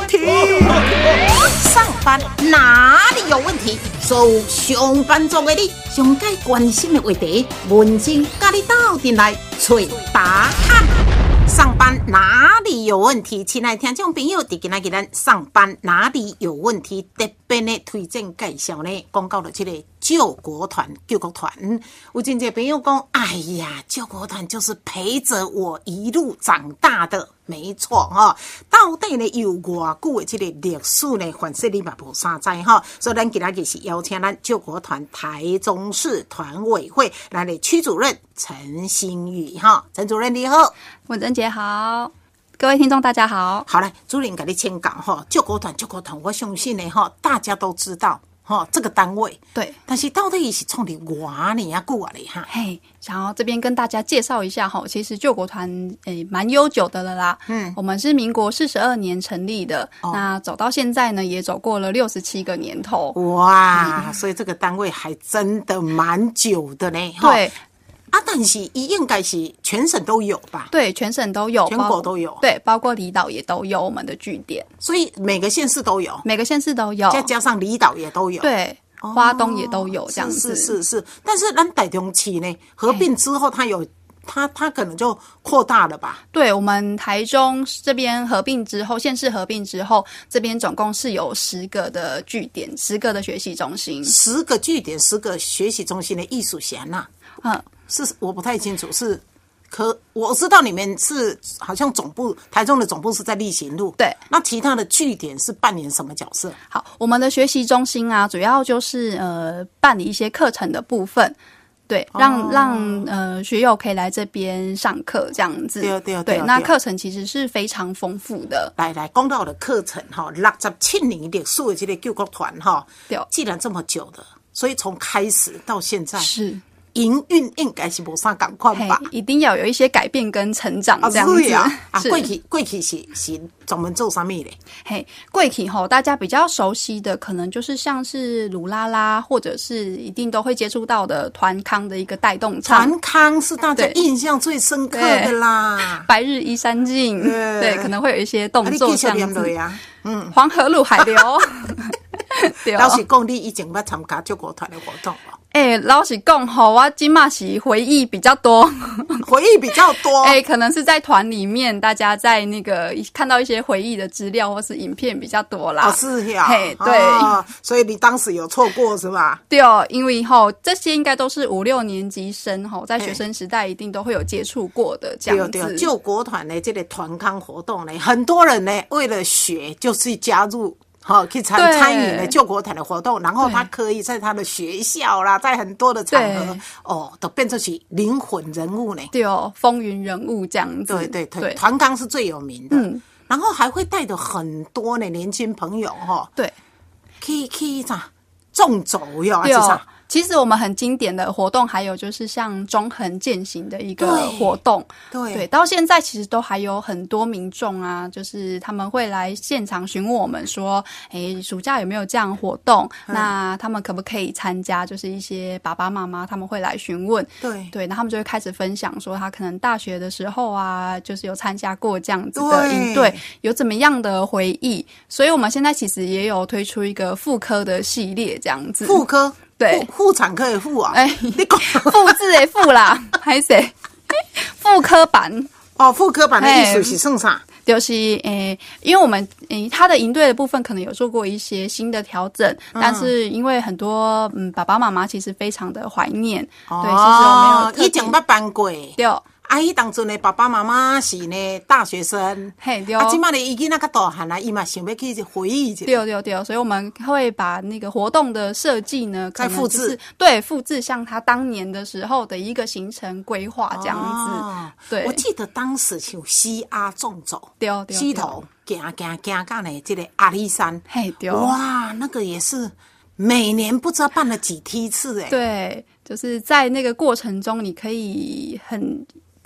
问题？上班哪里有问题？所有上班族的你，上该关心的话题，文静甲你斗阵来找答案。上班哪里有问题？亲爱的听众朋友，今仔日咱上班哪里有问题？特别的推荐介绍呢，讲到了这个救国团、救国团。有真侪朋友讲，哎呀，救国团就是陪着我一路长大的，没错哈。到底呢有偌久的这个历史呢？反正你嘛无啥知哈。所以咱今仔日是邀请咱救国团台中市团委会来的区主任陈新宇哈，陈主任你好。 文珍姐好，各位听众大家好。 好来，主任给你请讲哈，救国团，我相信呢哈，大家都知道哈这个单位， 对， 但是到底是创立多年啊久啊嘞哈？ 嘿，想要这边跟大家介绍一下哈，其实救国团蛮悠久的了啦。我们是民国42年成立的，那走到现在呢，也走过了67个年头。 哇，所以这个单位还真的蛮久的呢。 对。 但是应该是全省都有吧？ 对，全省都有， 全国都有。 对，包括离岛也都有我们的据点， 所以每个县市都有，再加上离岛也都有。 对，花东也都有这样子。 是。但是咱台中市呢，合并之后它可能就扩大了吧？ 对，我们台中这边合并之后，县市合并之后，这边总共是有10个的据点，10个的学习中心 ，10个据点，10个学习中心的艺术衔呐。是我不太清楚，我知道你们是好像总部台中的总部是在力行路， 对， 那其他的据点是扮演什么角色？ 好，我们的学习中心啊，主要就是办理一些课程的部分。对，让学友可以来这边上课这样子。对，那课程其实是非常丰富的。 来，讲到的课程哈，67年历史的这个救国团哈，既然这么久的，所以从开始到现在是。营运应该是无啥同款吧？ 一定要有一些改变跟成长这样子。 过去是专门做啥咪嘞？ 嘿，过去吼，大家比较熟悉的可能就是像是鲁拉拉，或者是一定都会接触到的团康的一个带动唱。 团康是大家印象最深刻的啦。 白日依山尽，对，可能会有一些动作这样子。黄河入海流。 老实讲，你以前捌参加救国团的活动吗？ 老实讲吼，我今嘛是回忆比较多，可能是在团里面，大家在那个看到一些回忆的资料或是影片比较多啦。 是呀， 对， 所以你当时有错过是吧？ 对，因为这些应该都是5、6年级生在学生时代一定都会有接触过的这样子。 对，救国团的这个团康活动呢，很多人呢为了学就去加入。去参与了救国团的活动，然后他可以在他的学校啦，在很多的场合都变成是灵魂人物呢。 对哦，风云人物这样子。 对，团康是最有名的。然后还会带着很多的年轻朋友对，去啥纵走哟， 对哦。其实我们很经典的活动，还有就是像中横健行的一个活动，对，到现在其实都还有很多民众啊，就是他们会来现场询问我们说，暑假有没有这样活动？那他们可不可以参加？就是一些爸爸妈妈他们会来询问，对，那他们就会开始分享说，他可能大学的时候啊，就是有参加过这样子的营队，有怎么样的回忆。所以我们现在其实也有推出一个妇科的系列，这样子。 妇科。 对， 妇产科的妇啊， 你讲妇字的妇啦，还是妇科版？ 妇科版的意思是算啥？ 就是因为我们他的营队的部分可能有做过一些新的调整，但是因为很多爸爸妈妈其实非常的怀念，对，其实我没有以前捌办过， 对。 伊当阵的爸爸妈妈是呢大学生， 对， 现在的伊囡仔较大汉啦，伊嘛想要去回忆一下。 对，所以我们会把那个活动的设计呢， 再复制， 复制像他当年的时候的一个行程规划这样子。对， 我记得当时就西阿纵走， 对， 西头行到呢这个阿里山，哇，那个也是每年不知道办了几梯次对，就是在那个过程中，你可以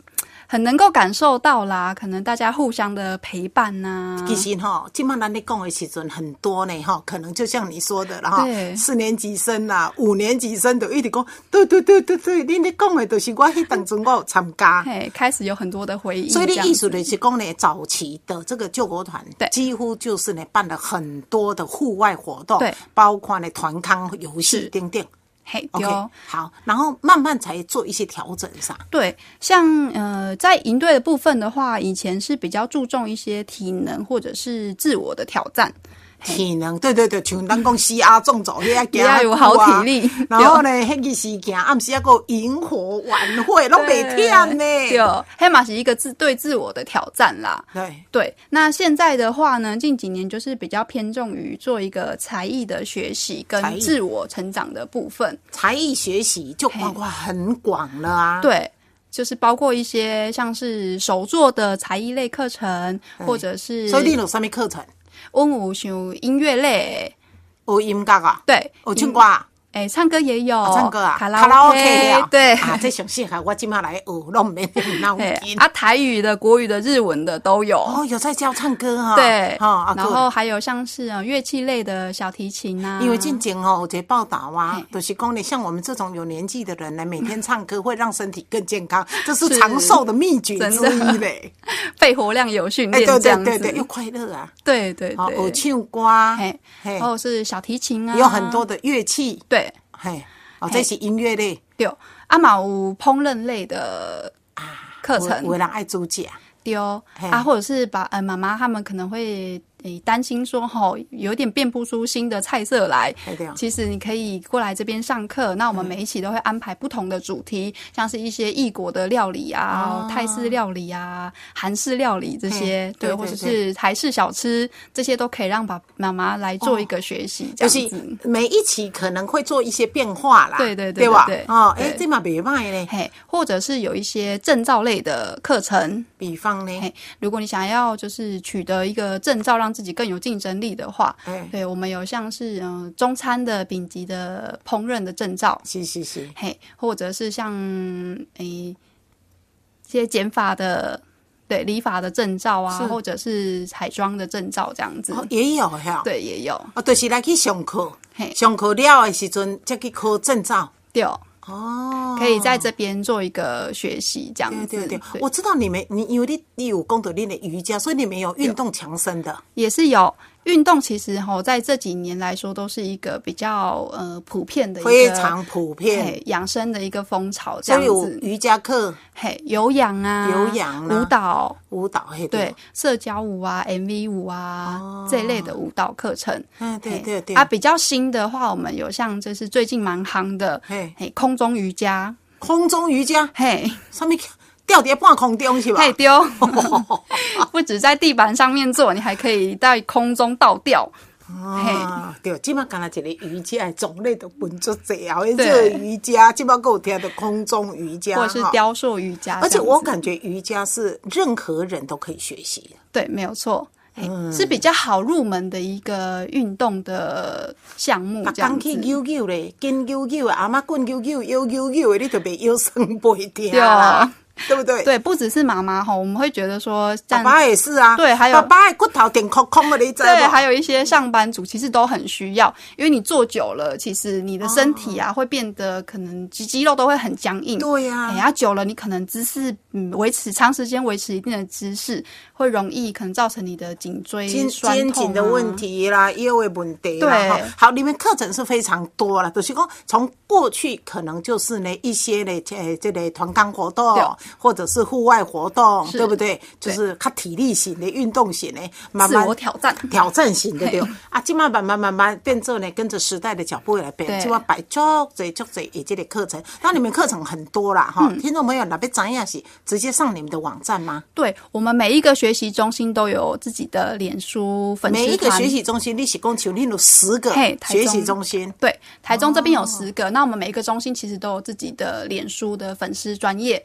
很能够感受到啦，可能大家互相的陪伴呐。 其实现在咱在讲的时阵很多呢可能就像你说的啦4年级生啦5年级生就一直讲，对，你在讲的就是我那当中我有参加， 开始有很多的回忆。 所以你意思就是讲呢，早期的这个救国团几乎就是呢办了很多的户外活动，对，包括呢团康游戏等等。 OK， 好，然后慢慢才做一些调整上。 对，像在营队的部分的话，以前是比较注重一些体能或者是自我的挑战。 体能，对，像咱讲西亚纵走，也要有好体力。 然后呢，那个时间暗时还有萤火晚会，都没忝呢。 对，黑马是一个对自我的挑战啦。对，那现在的话呢，近几年就是比较偏重于做一个才艺的学习跟自我成长的部分。 才艺学习就包括很广了啊。 对。就是包括一些像是手作的才艺类课程，或者是。 所以你有什么课程？ 我有像音乐类， 有音乐啊， 对， 有唱歌啊， 唱歌也有， 唱歌啊， 卡拉 OK， 对啊，这上适合我今嘛来学，拢免脑筋啊，台语的、国语的、日文的都有。 有在教唱歌哈， 对，然后还有像是乐器类的小提琴啊。 因为之前有一个报道啊，就是讲呢，像我们这种有年纪的人呢，每天唱歌会让身体更健康，这是长寿的秘诀之一嘞。 肺活量有训练， 对，又快乐啊。 对， 有唱歌， 然后是小提琴啊， 有很多的乐器， 对， 这是音乐类。 对，啊嘛有烹饪类的课程， 有人爱煮食。 对啊，或者是把妈妈他们可能会担心说有点变不出新的菜色来，其实你可以过来这边上课，那我们每一期都会安排不同的主题，像是一些异国的料理啊，泰式料理啊，韩式料理这些，对，或者是台式小吃，这些都可以让妈妈来做一个学习，这样子。 就是每一期可能会做一些变化啦， 对吧？这嘛袂歹呢。 或者是有一些证照类的课程， 比方呢， 如果你想要就是取得一个证照，让自己更有竞争力的话，对，我们有像是中餐的丙级的烹饪的证照， 是， 或者是像一些剪发的，对，理发的证照啊，或者是彩妆的证照这样子， 也有哈， 对，也有， 就是来去上课，上课了的时阵再去考证照， 对。可以在这边做一个学习，这样子。 对，我知道因为你有功德练的瑜伽，所以你们有运动强身的， 也是有。运动其实在这几年来说都是一个比较普遍的一个非常普遍养生的一个风潮，这样子。 所以有瑜伽课、 有氧啊、舞蹈，对，社交舞啊、MV 舞啊这一类的舞蹈课程。 对。 比较新的话，我们有像就是最近蛮夯的空中瑜伽。 空中瑜伽，上面吊在半空中是吧？ 可以丢，不止在地板上面做，你还可以在空中倒吊。 对，即摆干那一个瑜伽的种类都分足济啊，热瑜伽，即摆还有听到空中瑜伽， 或者是雕塑瑜伽。 而且我感觉瑜伽是任何人都可以学习的。 对，没有错。是比较好入门的一个运动的项目，这样子。 刚去扭扭咧，跟扭扭，阿嬷棍扭扭，摇扭扭的，你就袂腰酸背痛啦。对不对？ 对，不只是妈妈我们会觉得说， 爸爸也是啊。 对，还有爸爸的骨头挺空空的，你知道吗？ 对，还有一些上班族其实都很需要，因为你坐久了，其实你的身体会变得可能肌肉都会很僵硬。 对呀， 久了你可能姿势长时间维持一定的姿势，会容易可能造成你的颈椎酸痛、肩颈的问题啦、腰的问题啦。对，好，你们课程是非常多啦，就是说从过去可能就是呢一些呢这个团康活动。或者是户外活动，对不对？就是较体力型的、运动型的，慢慢自我挑战型的对。现在慢慢变做呢，跟着时代的脚步来变。现在摆足侪这个课程，那你们课程很多啦哈。听众朋友，那边知影是直接上你们的网站吗？ 对，我们每一个学习中心都有自己的脸书粉丝团。 每一个学习中心，你是讲像你有10个学习中心？ 对，台中这边有10个。那我们每一个中心其实都有自己的脸书的粉丝专页，所以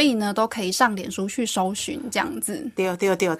以呢都可以上脸书去搜寻这样子。 对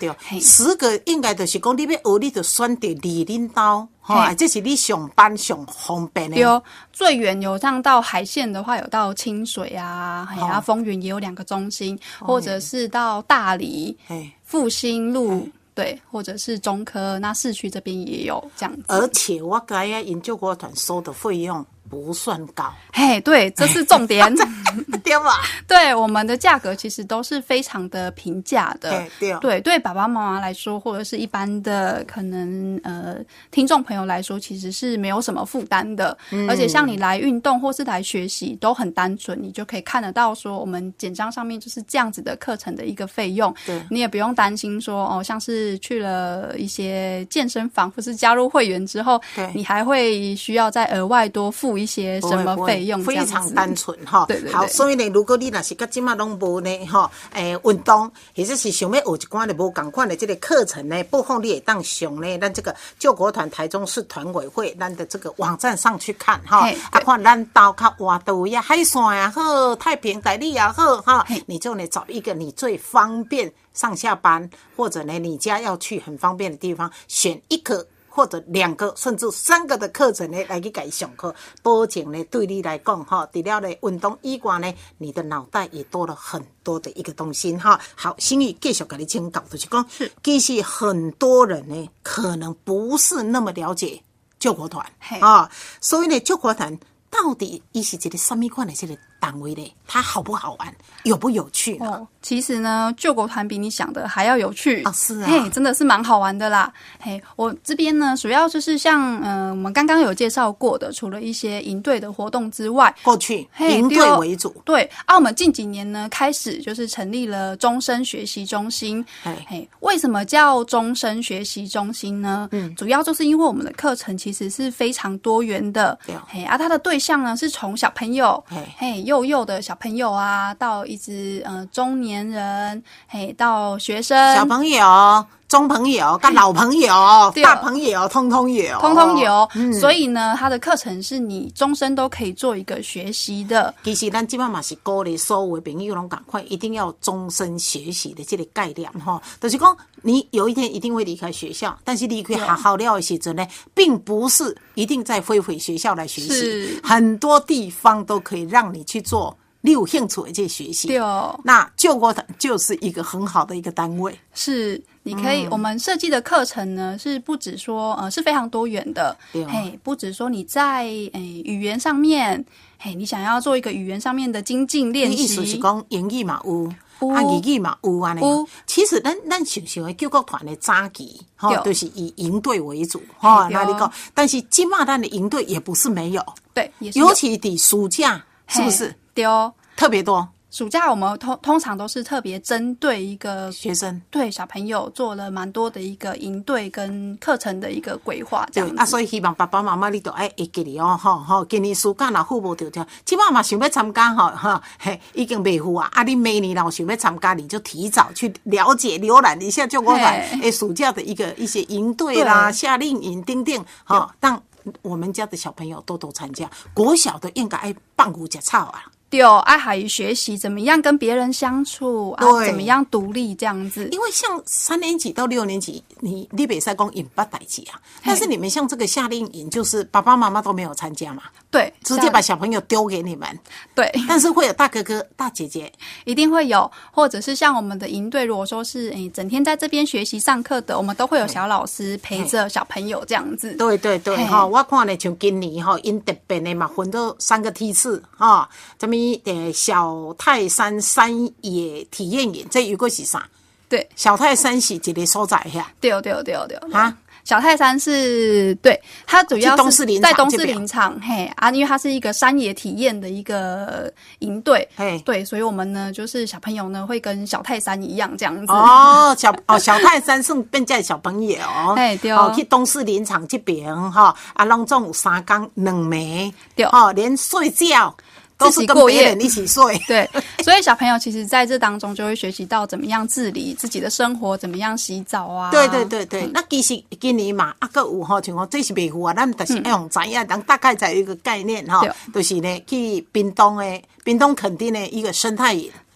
，10个应该就是讲你要学，你就选择离恁兜。这是你上班上方便的。 对，最远有上到海线的话，有到清水啊，丰原也有2个中心，或者是到大理、复兴路。对，或者是中科，那市区这边也有这样子。 而且我觉得研究国团收的费用不算高。 嘿，对，这是重点。 对吧？ 对，我们的价格其实都是非常的平价的。对爸爸妈妈来说，或者是一般的可能听众朋友来说，其实是没有什么负担的。而且像你来运动或是来学习都很单纯，你就可以看得到说我们简章上面就是这样子的课程的一个费用。对，你也不用担心说像是去了一些健身房或是加入会员之后，你还会需要再额外多付一些什么费用， 非常单纯哈。 对， 好，所以呢，如果你若是到现在拢无呢运动，或者是想要学一寡的无同款的这个课程呢，不妨你也当上呢咱这个救国团台中市团委会咱的这个网站上去看哈，看咱岛较活岛呀、海线也好、太平台里也好哈，你就呢找一个你最方便上下班，或者呢你家要去很方便的地方，选一个或者2个甚至3个的课程呢来去给上课，保证呢对你来讲哈，除了呢运动以外呢，你的脑袋也多了很多的一个东西哈。好，心怡继续给你请教，就是讲，其实很多人呢可能不是那么了解救国团啊，所以呢救国团到底它是一个什么款的这个单位呢？它好不好玩，有不有趣呢？ 其实呢，救国团比你想的还要有趣是啊， 真的是蛮好玩的啦。我这边呢，主要就是像我们刚刚有介绍过的，除了一些营队的活动之外， 过去营队为主。 对我们近几年呢，开始就是成立了终身学习中心。为什么叫终身学习中心呢？主要就是因为我们的课程其实是非常多元的。它的对象呢是从小朋友，幼的小朋友啊，到一直中年人，到学生、 小朋友、中朋友、跟老朋友、大朋友，通通有。 所以呢，他的课程是你终身都可以做一个学习的。 其实咱现在也是鼓励所有的朋友都赶快一定要终身学习的这个概念哈，就是说你有一天一定会离开学校，但是离开学校了的时候呢，并不是一定再回学校来学习，很多地方都可以让你去做你有兴趣的这学习。那救国团就是一个很好的一个单位。 是，你可以，我们设计的课程呢，是不止说是非常多元的。不止说你在语言上面，你想要做一个语言上面的精进练习， 意思是讲英语嘛有，日语嘛有安尼。其实咱想的救国团的早期都是以营队为主那你讲，但是现在咱的营队也不是没有， 对， 尤其在暑假是不是？ 对， 特别多。 暑假我们通常都是特别针对一个学生， 对小朋友做了蛮多的一个营队跟课程的一个规划，这样子。 所以希望爸爸妈妈你都会记得今年暑假若付无着，即摆嘛想要参加已经袂赴啊！你明年若想要参加，你就提早去了解浏览一下救国团暑假的一些营队啦、夏令营等等让我们家的小朋友多参加。国小的应该爱放牛吃草啊。 对，还有学习怎么样跟别人相处怎么样独立这样子。 因为像3年级到6年级，你不可以说引发代志啊，但是你们像这个夏令营，就是爸爸妈妈都没有参加嘛， 对， 直接把小朋友丢给你们， 对， 但是会有大哥哥、大姐姐， 一定会有，或者是像我们的营队，如果说是整天在这边学习上课的，我们都会有小老师陪着小朋友这样子。 对我看呢，像今年因特别的嘛，分到3个梯次什么小泰山山野体验营，这有个是啥？对，小泰山是一个所在呀。对小泰山是对，它主要是在东势林场因为它是一个山野体验的一个营队，对，所以我们呢就是小朋友呢会跟小泰山一样这样子。 小泰山算变在小朋友对去东势林场这边拢总有3天2暝连睡觉都是跟别人一起睡， 对，所以小朋友其实在这当中就会学习到怎么样治理自己的生活，怎么样洗澡啊。 对，那其实今年嘛，还有像讲这是袂赴啊，咱但是要知影，咱大概在一个概念就是呢去屏东垦丁的一个生态营。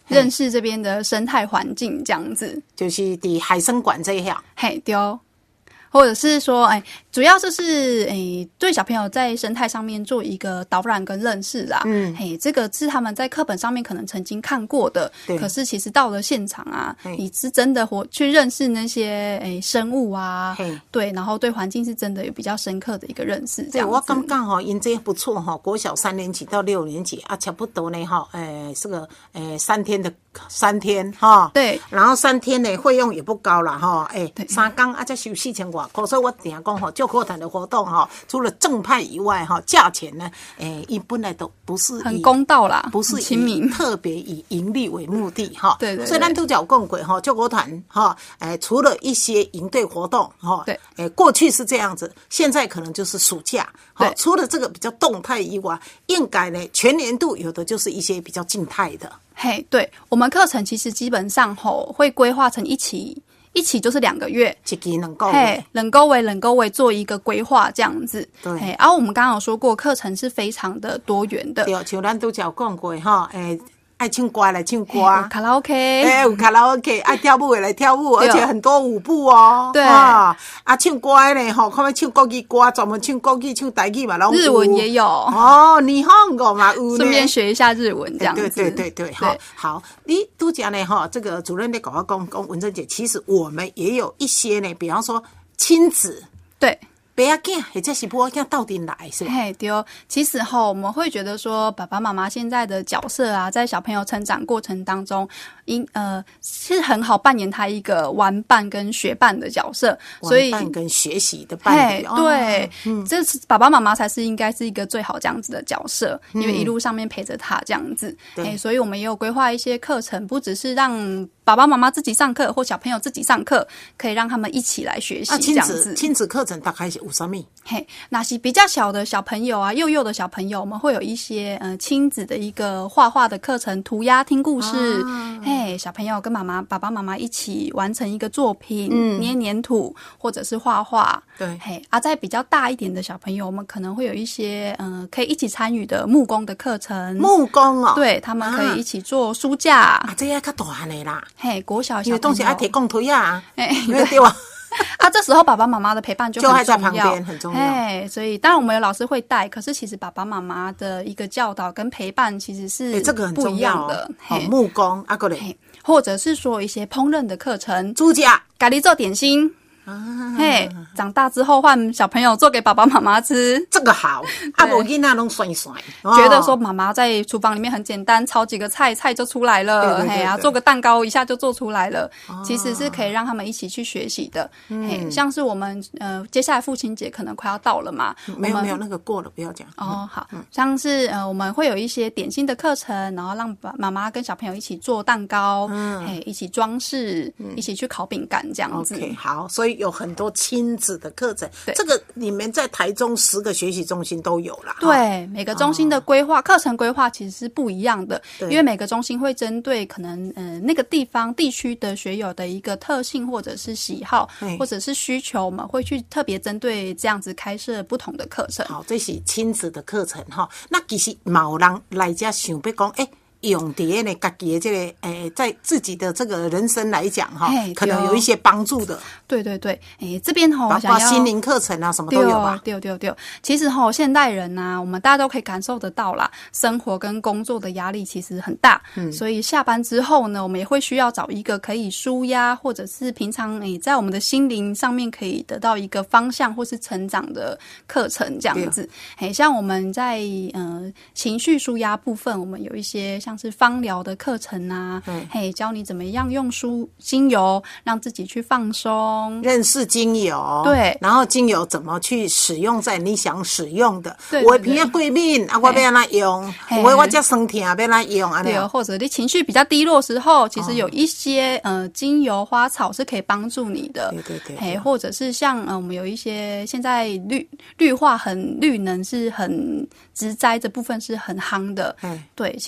认识这边的生态环境这样子。 就是伫海生馆这一项。 嘿，对哦。或者是说，主要就是对小朋友在生态上面做一个导览跟认识啦。这个是他们在课本上面可能曾经看过的，可是其实到了现场啊，你是真的去认识那些生物啊，对，然后对环境是真的有比较深刻的一个认识。这样子， 我感觉哈，因这不错哈，国小3年级到6年级啊，差不多呢哈，这个3天哈， 对， 然后3天呢费用也不高啦哈，3天啊才收4000块。所以我定讲哈，救国团的活动哈，除了正派以外哈，价钱呢，一本来都不是很公道啦， 不是亲民， 特别以盈利为目的哈。 对对。 所以咱都讲过哈，救国团哈，除了一些营队活动哈， 对， 过去是这样子，现在可能就是暑假哈。除了这个比较动态以外，应该呢全年度有的就是一些比较静态的。 嘿，对，我们课程其实基本上会规划成一期就是2个月， 一期2个月， 两个月做一个规划这样子。对，然后我们刚刚有说过，课程是非常的多元的。 对，像咱都讲过哈，爱唱歌来唱歌， 有卡拉 OK， 有卡拉 OK， 爱跳舞的来跳舞，而且很多舞步哦。 对唱歌的呢，看要唱国语歌，专门唱国语、唱台语嘛， 日文也有哦，日本语嘛有呢， 顺便学一下日文这样子。 对，好，你都讲呢哈，这个主任在跟我讲文珍姐，其实我们也有一些呢，比方说亲子， 对。 爸囝或者是母囝到底来是吧？ 嘿，对哦。其实我们会觉得说，爸爸妈妈现在的角色啊，在小朋友成长过程当中，是很好扮演他一个玩伴跟学伴的角色，所以玩伴跟学习的伴侣。 对，这是爸爸妈妈才是应该是一个最好这样子的角色，因为一路上面陪着他这样子。所以我们也有规划一些课程，不只是让爸爸妈妈自己上课或小朋友自己上课，可以让他们一起来学习这样子。 亲子课程大概是有什么？ 那是比较小的小朋友啊，幼的小朋友，我们会有一些亲子的一个画画的课程，涂鸦、听故事。小朋友跟爸爸妈妈一起完成一个作品，捏黏土或者是画画。 对， 在比较大一点的小朋友，我们可能会有一些可以一起参与的木工的课程。 木工哦， 对，他们可以一起做书架。 这要较大汉的啦。 国小小朋友， 因为东西爱提供推啊，对吧？ 这时候爸爸妈妈的陪伴就很重要， 在旁边很重要。 所以当然我们有老师会带，可是其实爸爸妈妈的一个教导跟陪伴其实是不一样的。 木工过来， 或者是说一些烹饪的课程， 煮家咖喱做点心。长大之后换小朋友做给爸爸妈妈吃， 这个好。无囡仔拢酸酸， 觉得说妈妈在厨房里面很简单，炒几个菜就出来了。做个蛋糕一下就做出来了。其实是可以让他们一起去学习的。像是我们接下来父亲节可能快要到了嘛， 没有那个过了，不要讲。 好，像是我们会有一些点心的课程，然后让妈妈跟小朋友一起做蛋糕，一起装饰，一起去烤饼干这样子。 OK， 好，所以有很多亲子的课程，这个你们在台中10个学习中心都有啦。 对，每个中心的规划、课程规划其实是不一样的，因为每个中心会针对可能那个地区的学友的一个特性或者是喜好或者是需求，我们会去特别针对这样子开设不同的课程。 好，这是亲子的课程哈。那其实也有人来这想要讲用在呢自己的这个在自己的这个人生来讲哈，可能有一些帮助的。 对，这边包括心灵课程啊，什么都有吧。 对。其实现代人啊，我们大家都可以感受得到啦，生活跟工作的压力其实很大。所以下班之后呢，我们也会需要找一个可以舒压，或者是平常在我们的心灵上面可以得到一个方向或是成长的课程这样子。像我们在情绪舒压部分，我们有一些像是芳疗的课程啊，教你怎么样用精油让自己去放松， 认识精油， 对， 然后精油怎么去使用在你想使用的。我鼻过敏啊，我要哪用？我这身体要哪用？ 对，或者你情绪比较低落的时候，其实有一些精油花草是可以帮助你的。对，或者是像我们有一些现在绿化绿能是很植栽这部分是很夯的。对，其实多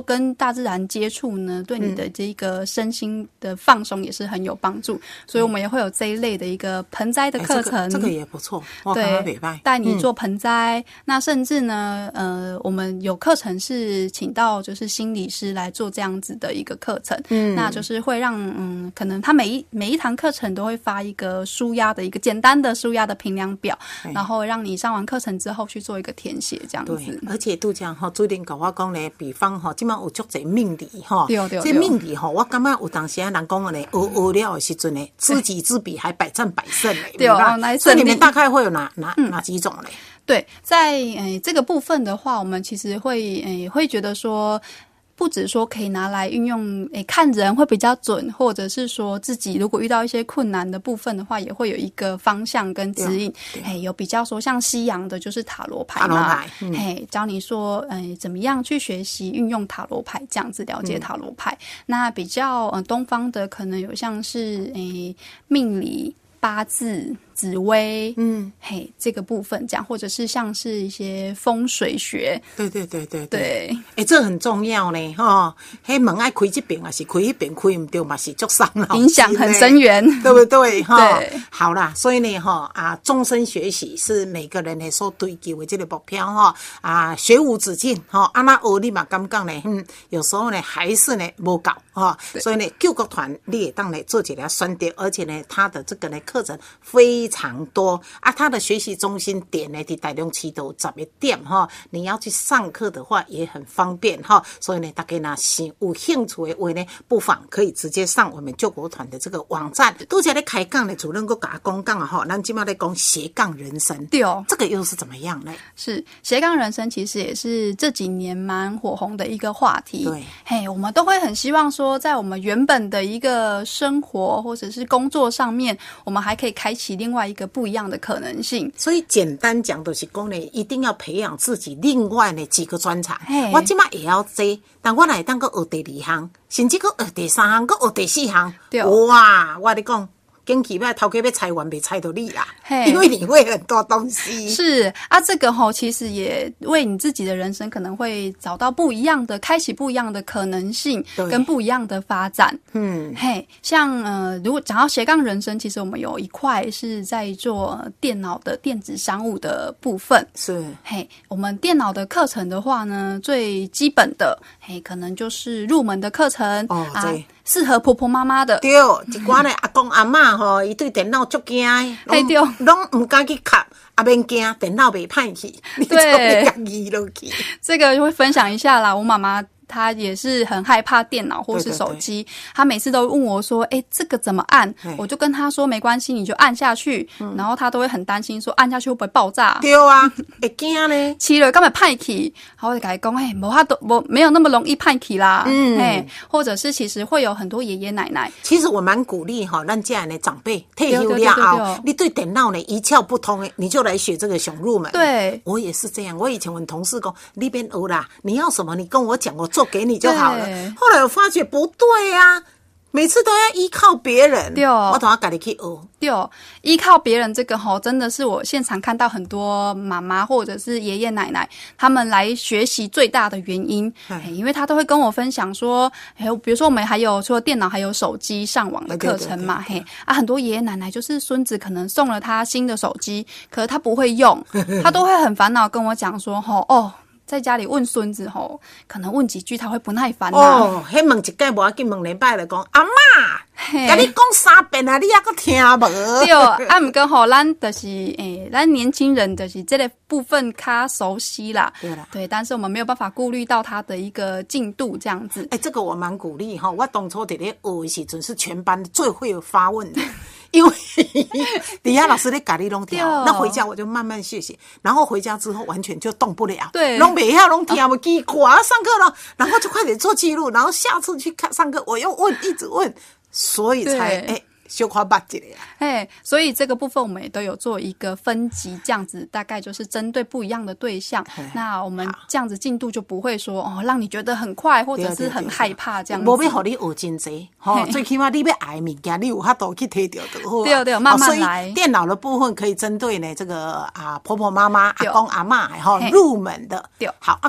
跟大自然接触呢，对你的这个身心的放松也是很有帮助。所以我们也会有这一类的一个盆栽的课程， 这个也不错， 对，带你做盆栽。那甚至呢，我们有课程是请到就是心理师来做这样子的一个课程，那就是会让可能他每一堂课程都会发一个舒压的一个简单的舒压的评量表，然后让你上完课程之后去做一个填写这样子。 对，而且都讲主任跟我讲呢，比方现在有足侪命理对， 这命理我感觉有当时人讲的呢，学了的时阵呢，知己知彼还百战百胜嘞， 对哦， 所以你们大概会有哪几种嘞？ 对，在这个部分的话，我们其实会觉得说，不只说可以拿来运用，看人会比较准，或者是说自己如果遇到一些困难的部分的话，也会有一个方向跟指引。有比较说像西洋的就是塔罗牌嘛，教你说怎么样去学习运用塔罗牌，这样子了解塔罗牌。那比较东方的可能有像是命理、八字、紫微，这个部分讲，或者是像是一些风水学，对， 这很重要呢，嘿，门爱开这边还是开那边，开不对嘛是足伤脑筋， 影响很深远， 对不对？ 对， 好啦，所以呢，终身学习是每个人的所追求的这个目标学无止境那学你嘛感觉呢，有时候呢还是呢不够所以呢，救国团你也当来做一个选择，而且呢，他的这个呢课程非常多他的学习中心点呢在台中市都有10个点你要去上课的话也很方便所以呢，大家呢有兴趣的话呢，不妨可以直接上我们救国团的这个网站。都在咧开讲呢，主任给我讲讲咱今嘛在讲斜杠人生， 对这个又是怎么样呢？ 是斜杠人生，其实也是这几年蛮火红的一个话题。对，我们都会很希望说，在我们原本的一个生活或者是工作上面，我们还可以开启另外一个不一样的可能性。 所以简单讲就是说呢，一定要培养自己另外的几个专长。我现在也要做，但我来当个学第2项，甚至个学第3项，个学第4项。哇，我跟你讲。跟起来头家要裁完没裁到你啦，因为你会很多东西。 是这个其实也为你自己的人生可能会找到不一样的，开启不一样的可能性，跟不一样的发展。像如果讲到斜杠人生，其实我们有一块是在做电脑的电子商务的部分。 是我们电脑的课程的话呢，最基本的可能就是入门的课程适合婆婆妈妈的。 对，一寡呢阿公阿嬷伊对电脑足惊的，拢唔敢去卡，免惊，电脑袂歹去，你就会家己落去。 这个就会分享一下啦，我妈妈他也是很害怕电脑或是手机，他每次都问我说这个怎么按，我就跟他说没关系，你就按下去，然后他都会很担心说按下去会不会爆炸。 对啊，会惊呢， 吃了根本歹去，然后我就跟他讲没有那么容易歹去啦。或者是其实会有很多爷爷奶奶， 其实我蛮鼓励咱家人的长辈退休了后，你对电脑呢一窍不通你就来学这个想入门。对，我也是这样，我以前问同事讲你别学啦，你要什么你跟我讲，我做给你就好了。后来我发觉不对啊，每次都要依靠别人。对，我都要自己去学。 对，依靠别人这个真的是我现场看到很多妈妈或者是爷爷奶奶他们来学习最大的原因。因为他都会跟我分享说比如说我们还有除了电脑还有手机上网的课程嘛。很多爷爷奶奶就是孙子可能送了他新的手机，可是他不会用他都会很烦恼跟我讲说在家里问孙子可能问几句他会不耐烦迄问一届无要紧，问2摆就讲阿嬷，跟你讲3遍啊，你还搁听无？ 对，不过咱就是咱年轻人就是这个部分较熟悉啦。对，但是我们没有办法顾虑到他的一个进度这样子。 这个我蛮鼓励我当初在咧学的时阵是全班最会发问的。因为底下老师在教你弄听，那回家我就慢慢学习，然后回家之后完全就动不了， 对， 弄不要弄听不记，上课了，然后就快点做记录，然后下次去看上课我又问，一直问，所以才小可捌一下。 所以这个部分我们也都有做一个分级，这样子大概就是针对不一样的对象。那我们这样子进度就不会说让你觉得很快或者是很害怕这样子。 无要让你学真多最起码你要爱的物件，你有法度去摕到就好。 对，慢慢来。 所以电脑的部分可以针对呢这个婆婆妈妈、阿公阿嬷入门的。对，好，还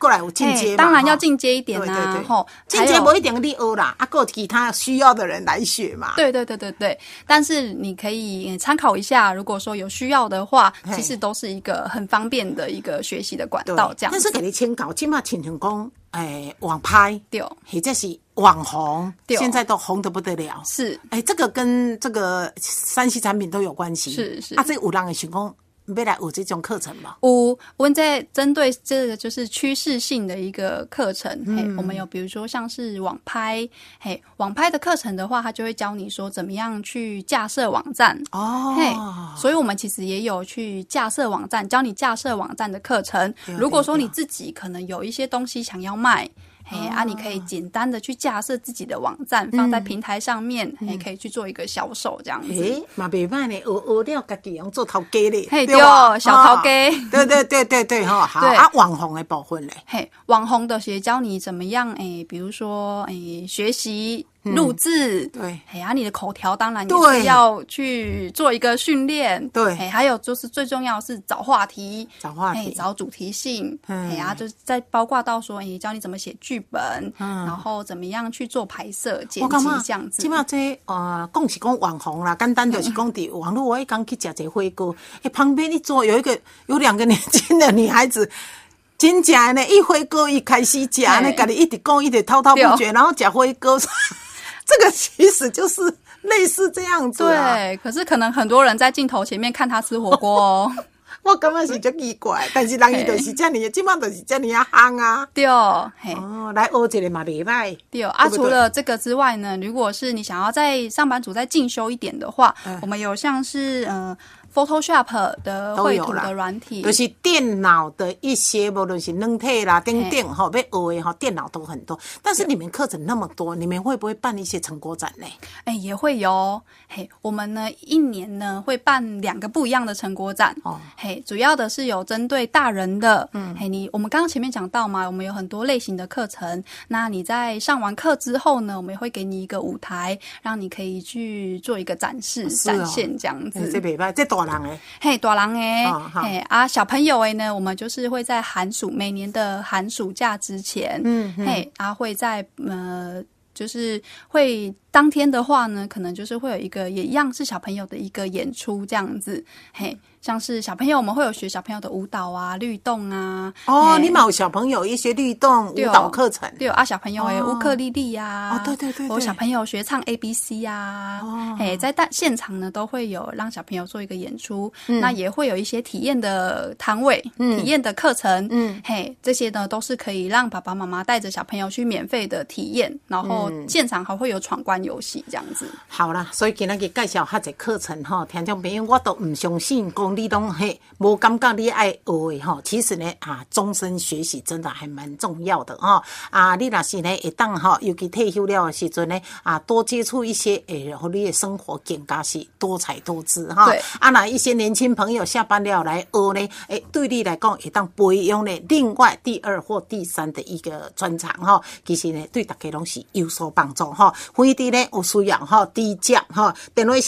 过来有进阶嘛， 当然要进阶一点啊， 对对对，进阶不一定你学啦，还有其他需要的人来学嘛。 对对对对对，但是你可以参考一下，如果说有需要的话，其实都是一个很方便的一个学习的管道，这样子。 但是给你请教，现在亲像讲，网拍， 对， 或者是网红，现在都红得不得了。 是， 这个跟这个3C 产品都有关系。 是是。 这有人会想讲，要来有这种课程吗？ 我们在针对这个就是趋势性的一个课程，我们有比如说像是网拍，网拍的课程的话，它就会教你说怎么样去架设网站所以我们其实也有去架设网站，教你架设网站的课程。如果说你自己可能有一些东西想要卖。你可以简单的去架设自己的网站，放在平台上面，可以去做一个销售这样子。 嘛袂歹呢，学了家己用做头家咧， 对，小头家。 对对对对对，好。网红的部分咧， 网红的也教你怎么样，比如说，学习。录制， 对， 你的口条当然也是要去做一个训练， 对， 还有就是最重要的是找话题，找主题性，就是再包括到说，教你怎么写剧本，然后怎么样去做拍摄、剪辑这样子。 起码这讲是讲网红啦，简单就是讲伫网络，我刚去吃一个火锅，旁边一桌有2个年轻的女孩子。真正呢，一火锅一开始吃呢，家己一直讲，一直滔滔不绝，然后吃火锅。这个其实就是类似这样子对，可是可能很多人在镜头前面看他吃火锅哦。 我感觉是很奇怪，但是人伊就是这样，基本上就是这样夯啊。 对来学一个嘛袂歹。 对除了这个之外呢，如果是你想要在上班族再进修一点的话，我们有像是Photoshop 的绘图的软体， 就是电脑的一些，无论是软体啦、等等要学的电脑都很多。但是你们课程那么多，你们会不会办一些成果展呢？ 也会有。我们呢一年呢会办2个不一样的成果展。主要的是有针对大人的。我们刚刚前面讲到嘛，我们有很多类型的课程。那你在上完课之后呢，我们也会给你一个舞台，让你可以去做一个展示、展现这样子。 这袂歹，这大人的， 大人的，小朋友的呢，我们就是会在每年的寒暑假之前，会在就是会当天的话呢，可能就是会有一个也一样是小朋友的一个演出这样子，像是小朋友我们会有学小朋友的舞蹈啊、律动啊。 你们有小朋友一些律动舞蹈课程。 对小朋友乌克丽丽啊。 对， 或小朋友学唱 ABC 啊。在现场呢都会有让小朋友做一个演出，那也会有一些体验的摊位、体验的课程。这些呢都是可以让爸爸妈妈带着小朋友去免费的体验，然后现场还会有闯关游戏这样子。 好啦，所以今天介绍这课程听众朋友，我都不相信讲你拢无感觉你爱学的其实呢终身学习真的还蛮重要的你若是呢会当尤其退休了的时阵呢多接触一些让你的生活更加是多彩多姿对那一些年轻朋友下班了来学呢对你来讲会当培养呢另外第2或第3的一个专长其实呢对大家拢是有所帮助非得呢有需要低价电话是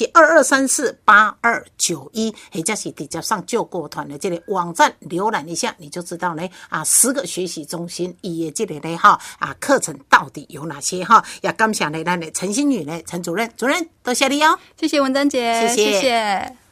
22348291，或者是直接上救国团的这个网站浏览一下，你就知道呢10个学习中心伊的这个呢课程到底有哪些也感谢呢咱的陈馨宇呢陈主任，多谢你谢谢文珍姐， 谢谢。